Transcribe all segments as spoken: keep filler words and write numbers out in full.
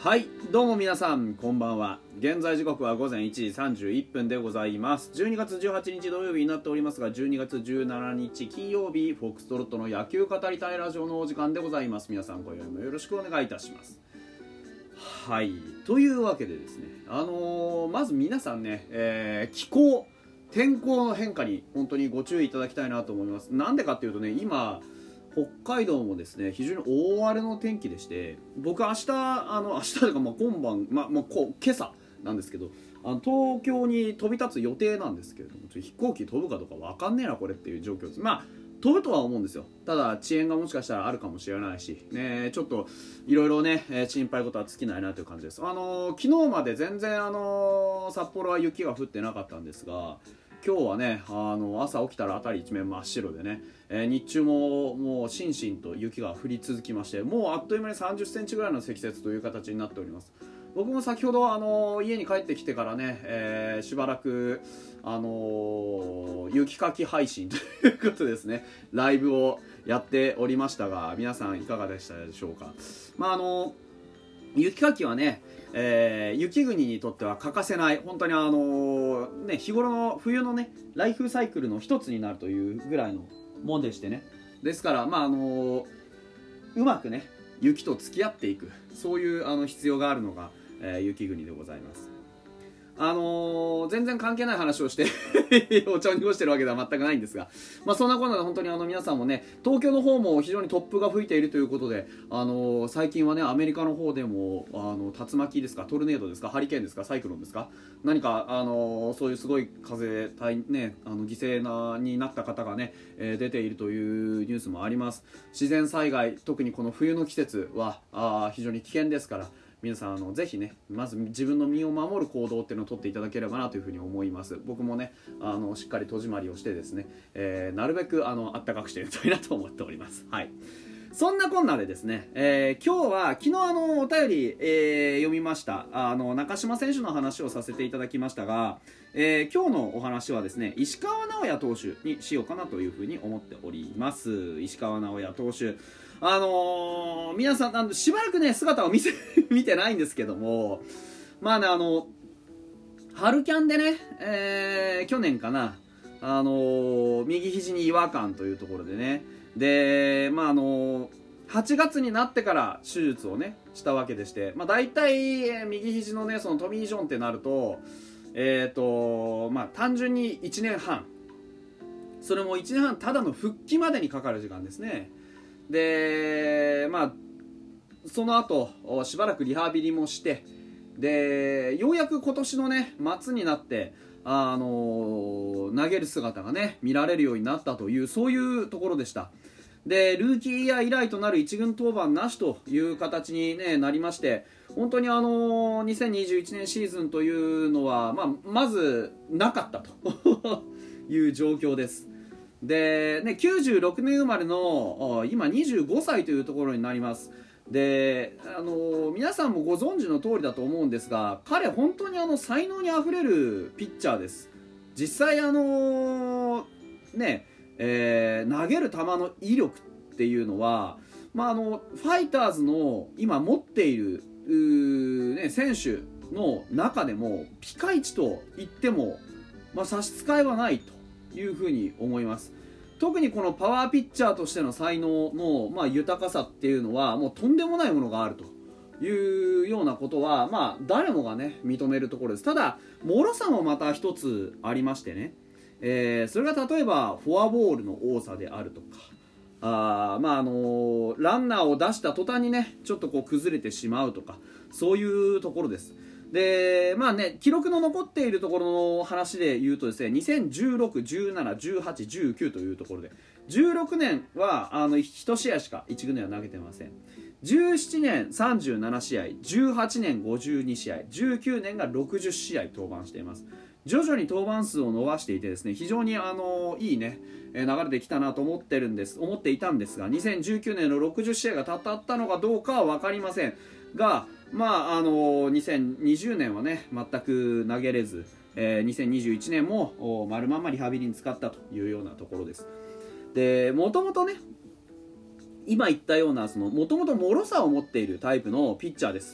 はい、どうも皆さんこんばんは。現在時刻はごぜんいちじさんじゅういっぷんでございます。じゅうにがつじゅうはちにち土曜日になっておりますが、じゅうにがつじゅうしちにち金曜日、フォックストロットの野球語りたいラジオのお時間でございます。皆さん今宵もよろしくお願いいたします。はい、というわけでですね、あのー、まず皆さんね、えー、気候天候の変化に本当にご注意いただきたいなと思います。なんでかっていうとね、今北海道もですね非常に大荒れの天気でして、僕明日あの明日というかまあ今晩まあもうこう今朝なんですけど、あの東京に飛び立つ予定なんですけれども、ちょっと飛行機飛ぶかどうか分かんねえなこれっていう状況です。まあ飛ぶとは思うんですよ。ただ遅延がもしかしたらあるかもしれないし、ね、ちょっといろいろね心配事は尽きないなという感じです。あの昨日まで全然あの札幌は雪が降ってなかったんですが、今日はねあの朝起きたら辺り一面真っ白でね、えー、日中ももうしんしんと雪が降り続きまして、もうあっという間にさんじゅっセンチぐらいの積雪という形になっております。僕も先ほどあの家に帰ってきてからね、えー、しばらくあの雪かき配信ということですね、ライブをやっておりましたが、皆さんいかがでしたでしょうか。まああの雪かきはね、えー、雪国にとっては欠かせない、本当にあのー、ね、日頃の冬のねライフサイクルの一つになるというぐらいのもんでしてね、ですからまああのー、うまくね雪と付き合っていく、そういうあの必要があるのが、えー、雪国でございます。あのー、全然関係ない話をしてお茶を濁してるわけでは全くないんですが、まあ、そんなことで本当にあの皆さんもね、東京の方も非常に突風が吹いているということで、あのー、最近はねアメリカの方でもあの竜巻ですか、トルネードですか、ハリケーンですか、サイクロンですか、何か、あのー、そういうすごい風大、ね、あの犠牲なになった方がね、えー、出ているというニュースもあります。自然災害、特にこの冬の季節はあ非常に危険ですから、皆さんあのぜひねまず自分の身を守る行動っていうのを取っていただければなというふうに思います。僕もねあのしっかり戸締まりをしてですね、えー、なるべくあの暖かくしていきたいなと思っております。はい、そんなこんなでですね、えー、今日は昨日あのお便り、えー、読みましたあの中島選手の話をさせていただきましたが、えー、今日のお話はですね石川直也投手にしようかなというふうに思っております。石川直也投手、あのー、皆さんあのしばらくね姿を見せ見てないんですけども、まあねあの春キャンでね、えー、去年かな、あのー、右肘に違和感というところでね、でまああのー、はちがつになってから手術をねしたわけでして、まあ大体、えー、右肘のねそのトミー・ジョンってなるとえっ、ー、とまあ単純にいちねんはん、それもいちねんはんただの復帰までにかかる時間ですね。でまあその後しばらくリハビリもして、でようやく今年のね末になってあの投げる姿がね見られるようになったという、そういうところでした。でルーキーイヤー以来となる一軍登板なしという形に、ね、なりまして、本当にあのにせんにじゅういちねんシーズンというのは、まあ、まずなかったという状況です。で、ね、きゅうじゅうろくねん生まれの今にじゅうごさいというところになります。で、あの皆さんもご存知の通りだと思うんですが、彼本当にあの才能にあふれるピッチャーです。実際あのねえー、投げる球の威力っていうのは、まあ、あのファイターズの今持っている、ね、選手の中でもピカイチと言っても、まあ、差し支えはないというふうに思います。特にこのパワーピッチャーとしての才能の、まあ、豊かさっていうのはもうとんでもないものがあるというようなことは、まあ、誰もがね認めるところです。ただ脆さもまた一つありましてね、えー、それが例えばフォアボールの多さであるとか、あ、まああのー、ランナーを出した途端にねちょっとこう崩れてしまうとか、そういうところです。でまあね記録の残っているところの話で言うとですね、にせんじゅうろく、じゅうなな、じゅうはち、じゅうきゅうというところで、じゅうろくねんはあのいち試合しかいち軍では投げてません。じゅうななねんさんじゅうななしあい、じゅうはちねんごじゅうにしあい、じゅうきゅうねんがろくじゅうしあい登板しています。徐々に登板数を伸ばしていてですね、非常にあのいいね流れできたなと思ってるんです思っていたんですが、にせんじゅうきゅうねんのろくじゅうしあいがたったったのかどうかは分かりませんが、まああのにせんにじゅうねんはね全く投げれず、えー、にせんにじゅういちねんも丸まんまリハビリに使ったというようなところです。でもともとね今言ったようなもともと脆さを持っているタイプのピッチャーです。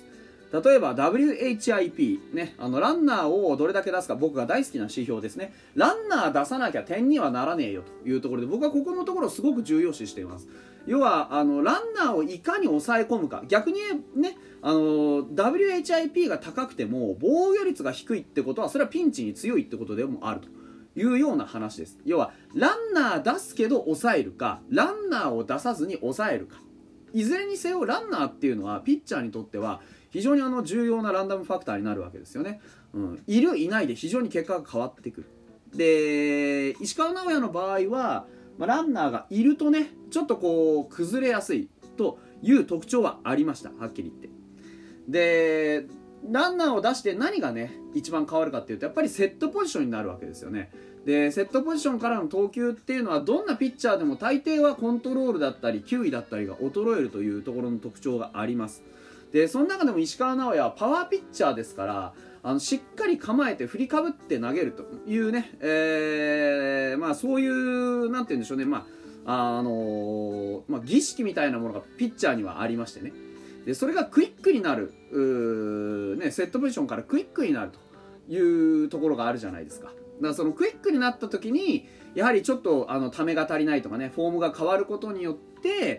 例えば ダブリューエイチアイピー、ね、あのランナーをどれだけ出すか、僕が大好きな指標ですね。ランナー出さなきゃ点にはならねえよというところで、僕はここのところをすごく重要視しています。要はあのランナーをいかに抑え込むか、逆にね、あの ダブリューエイチアイピー が高くても防御率が低いってことは、それはピンチに強いってことでもあるというような話です。要はランナー出すけど抑えるか、ランナーを出さずに抑えるか、いずれにせよランナーっていうのはピッチャーにとっては非常にあの重要なランダムファクターになるわけですよね、うん、いるいないで非常に結果が変わってくる。で石川直也の場合は、まあ、ランナーがいるとね、ちょっとこう崩れやすいという特徴はありました、はっきり言って。でランナーを出して何がね一番変わるかっていうと、やっぱりセットポジションになるわけですよね。でセットポジションからの投球っていうのは、どんなピッチャーでも大抵はコントロールだったり球威だったりが衰えるというところの特徴があります。でその中でも石川直也はパワーピッチャーですから、あのしっかり構えて振りかぶって投げるというね、えーまあ、そういうなんて言うんでしょうね、まああのーまあ、儀式みたいなものがピッチャーにはありましてね。でそれがクイックになる、ね、セットポジションからクイックになるというところがあるじゃないですか。だからそのクイックになった時にやはりちょっとあのためが足りないとかね、フォームが変わることによって、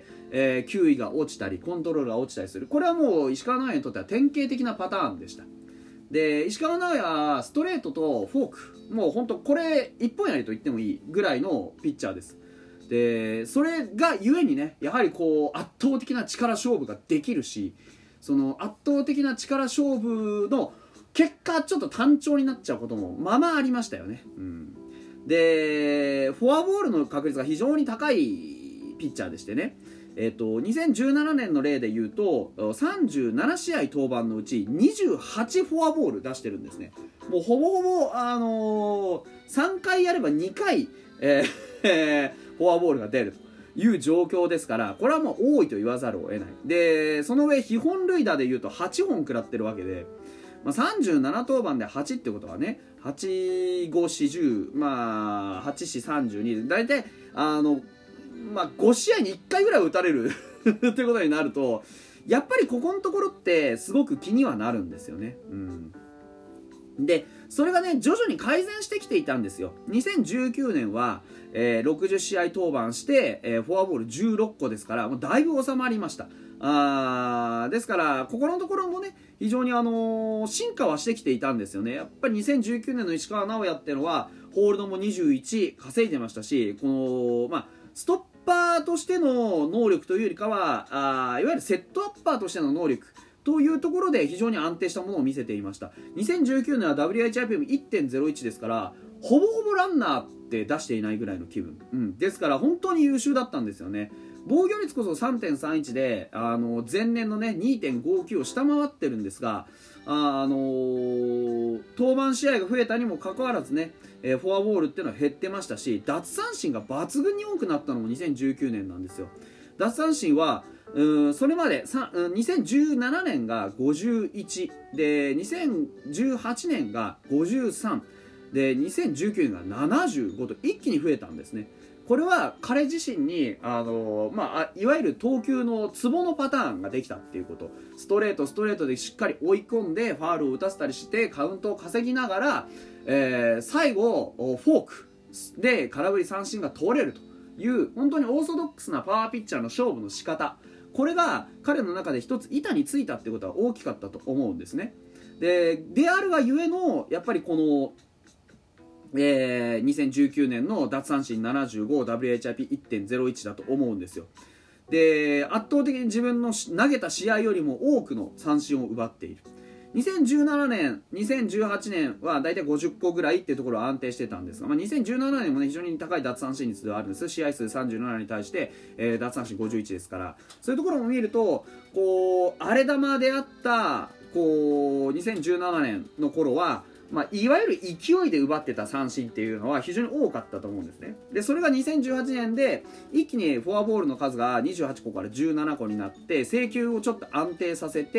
えー、球威が落ちたりコントロールが落ちたりする。これはもう石川直也にとっては典型的なパターンでした。で石川直也はストレートとフォーク、もう本当これ一本やりと言ってもいいぐらいのピッチャーです。でそれがゆえにね、やはりこう圧倒的な力勝負ができるし、その圧倒的な力勝負の結果ちょっと単調になっちゃうこともまあまあありましたよね、うん、でフォアボールの確率が非常に高いピッチャーでしてね、えー、とにせんじゅうななねんの例でいうとさんじゅうななしあい登板のうちにじゅうはちフォアボール出してるんですね。もうほぼほぼ、あのー、さんかいやればにかい、えー、フォアボールが出るという状況ですから、これはもう多いと言わざるを得ない。でその上被本塁打でいうとはちほん食らってるわけで、まあ、さんじゅうなな登板ではちってことはね、はち、ご、よんじゅう、まあはち、よん、さんじゅうにで大体あの、まあ、ごしあいにいっかいぐらい打たれるってことになると、やっぱりここのところってすごく気にはなるんですよね、うん、でそれがね徐々に改善してきていたんですよ。にせんじゅうきゅうねんは、えー、ろくじゅっしあい登板して、えー、フォアボールじゅうろっこですから、もうだいぶ収まりました。あですからここのところもね非常に、あのー、進化はしてきていたんですよね。やっぱりにせんじゅうきゅうねんの石川直也っていうのはホールドもにじゅういち稼いでましたし、この、まあ、ストッパーとしての能力というよりかは、あいわゆるセットアッパーとしての能力というところで非常に安定したものを見せていました。にせんじゅうきゅうねんは ダブリューエイチアイピー も いってんゼロいち ですから、ほぼほぼランナーって出していないぐらいの気分、うん、ですから本当に優秀だったんですよね。防御率こそ さんてんさんいち で、あの前年のね にてんごきゅう を下回ってるんですが、あ、あのー、登板試合が増えたにもかかわらずね、えー、フォアボールっていうのは減ってましたし、奪三振が抜群に多くなったのもにせんじゅうきゅうねんなんですよ。奪三振はうんそれまでにせんじゅうななねんがごじゅういちで、にせんじゅうはちねんがごじゅうさんで、にせんじゅうきゅうねんがななじゅうごと一気に増えたんですね。これは彼自身に、あのまあ、いわゆる投球のツボのパターンができたっていうこと。ストレートストレートでしっかり追い込んでファールを打たせたりしてカウントを稼ぎながら、えー、最後フォークで空振り三振が取れるという本当にオーソドックスなパワーピッチャーの勝負の仕方、これが彼の中で一つ板についたってことは大きかったと思うんですね。でであるがゆえのやっぱりこのえー、にせんじゅうきゅうねんの奪三振ななじゅうご ダブリューエイチアイピーいってんゼロいち だと思うんですよ。で圧倒的に自分の投げた試合よりも多くの三振を奪っている。にせんじゅうななねんにせんじゅうはちねんはだいたいごじゅっこぐらいっていうところは安定してたんですが、まあ、にせんじゅうななねんも、ね、非常に高い奪三振率ではあるんです。試合数さんじゅうななに対して、えー、奪三振ごじゅういちですから、そういうところも見るとこう荒れ球であったこうにせんじゅうななねんの頃は、まあ、いわゆる勢いで奪ってた三振っていうのは非常に多かったと思うんですね。でそれがにせんじゅうはちねんで一気にフォアボールの数がにじゅうはちこからじゅうななこになって制球をちょっと安定させて、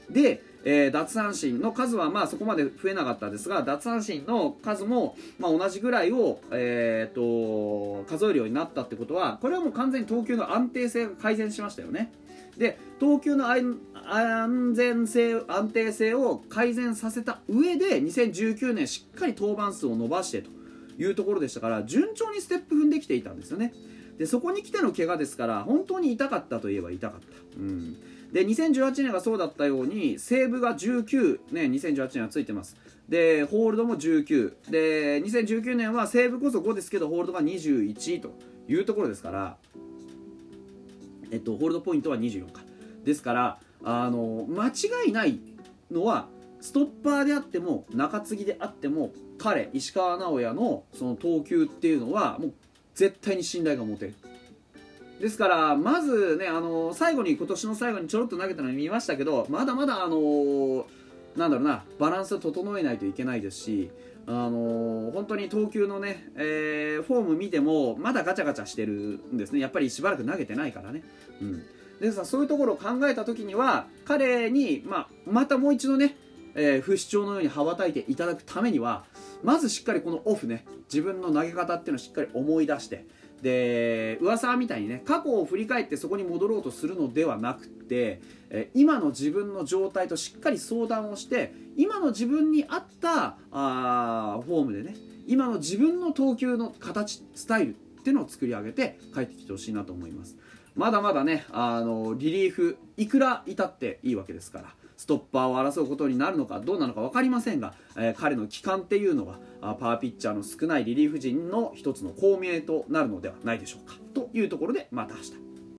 で、えー、奪三振の数はまあそこまで増えなかったですが、奪三振の数もまあ同じぐらいを、えー、と数えるようになったってことは、これはもう完全に投球の安定性が改善しましたよね。で、投球の安全性安定性を改善させた上でにせんじゅうきゅうねんしっかり登板数を伸ばしてというところでしたから、順調にステップ踏んできていたんですよね。でそこに来ての怪我ですから、本当に痛かったといえば痛かった、うん、でにせんじゅうはちねんがそうだったように、セーブがじゅうきゅうね、にせんじゅうはちねんはついてます。でホールドもじゅうきゅうで、にせんじゅうきゅうねんはセーブこそごですけどホールドがにじゅういちというところですから、えっと、ホールドポイントはにじゅうよんかですから、あの間違いないのは、ストッパーであっても中継ぎであっても、彼石川直也のその投球っていうのはもう絶対に信頼が持てる。ですからまずね、あの最後に今年の最後にちょろっと投げたの見ましたけど、まだまだあのなんだろうな、バランスを整えないといけないですし、あの本当に投球のね、えー、フォーム見てもまだガチャガチャしてるんですね。やっぱりしばらく投げてないからね。うんですからそういうところを考えた時には、彼に、まあ、またもう一度ね、えー、不死鳥のように羽ばたいていただくためには、まずしっかりこのオフね、自分の投げ方っていうのをしっかり思い出して、で上沢みたいにね、過去を振り返ってそこに戻ろうとするのではなくて、えー、今の自分の状態としっかり相談をして、今の自分に合ったあーフォームでね、今の自分の投球の形スタイルっていうのを作り上げて帰ってきてほしいなと思います。まだまだね、あのリリーフいくらいたっていいわけですから、ストッパーを争うことになるのかどうなのか分かりませんが、えー、彼の期間っていうのはパワーピッチャーの少ないリリーフ陣の一つの公明となるのではないでしょうかというところで、また明日。